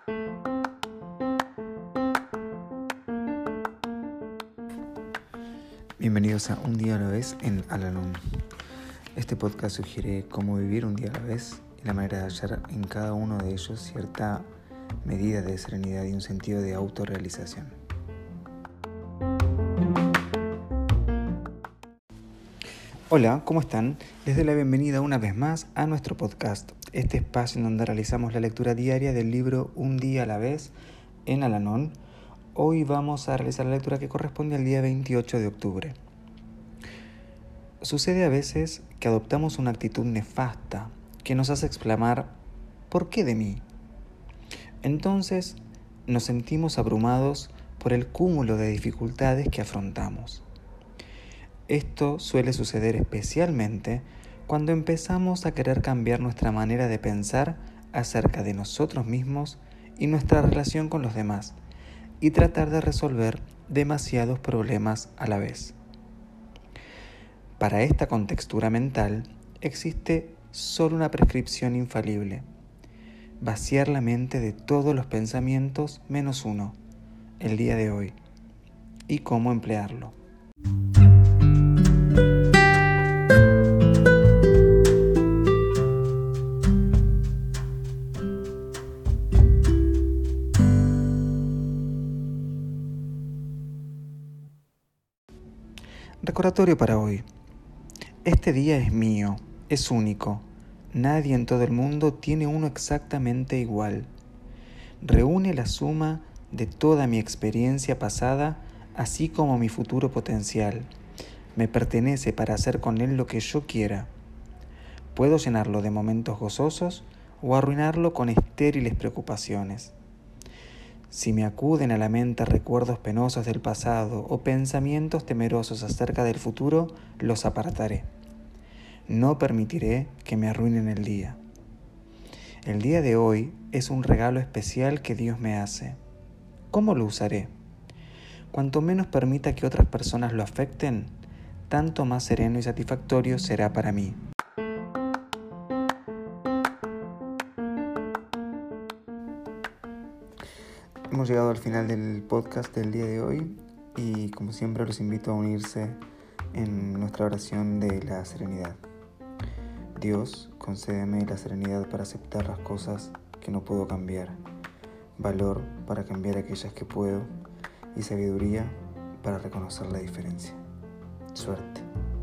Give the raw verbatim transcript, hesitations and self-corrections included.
Bienvenidos a Un Día a la Vez en Al-Anon. Este podcast sugiere cómo vivir un día a la vez y la manera de hallar en cada uno de ellos cierta medida de serenidad y un sentido de autorrealización. Hola, ¿cómo están? Les doy la bienvenida una vez más a nuestro podcast, este espacio en donde realizamos la lectura diaria del libro Un Día a la Vez en Al-Anon. Hoy vamos a realizar la lectura que corresponde al día veintiocho de octubre. Sucede a veces que adoptamos una actitud nefasta que nos hace exclamar ¿por qué de mí? Entonces nos sentimos abrumados por el cúmulo de dificultades que afrontamos. Esto suele suceder especialmente cuando empezamos a querer cambiar nuestra manera de pensar acerca de nosotros mismos y nuestra relación con los demás, y tratar de resolver demasiados problemas a la vez. Para esta contextura mental existe solo una prescripción infalible: vaciar la mente de todos los pensamientos menos uno, el día de hoy, y cómo emplearlo. Recordatorio para hoy. Este día es mío, es único. Nadie en todo el mundo tiene uno exactamente igual. Reúne la suma de toda mi experiencia pasada, así como mi futuro potencial. Me pertenece para hacer con él lo que yo quiera. Puedo llenarlo de momentos gozosos o arruinarlo con estériles preocupaciones. Si me acuden a la mente recuerdos penosos del pasado o pensamientos temerosos acerca del futuro, los apartaré. No permitiré que me arruinen el día. El día de hoy es un regalo especial que Dios me hace. ¿Cómo lo usaré? Cuanto menos permita que otras personas lo afecten, tanto más sereno y satisfactorio será para mí. Hemos llegado al final del podcast del día de hoy y, como siempre, los invito a unirse en nuestra oración de la serenidad. Dios, concédeme la serenidad para aceptar las cosas que no puedo cambiar, valor para cambiar aquellas que puedo y sabiduría para reconocer la diferencia. Suerte.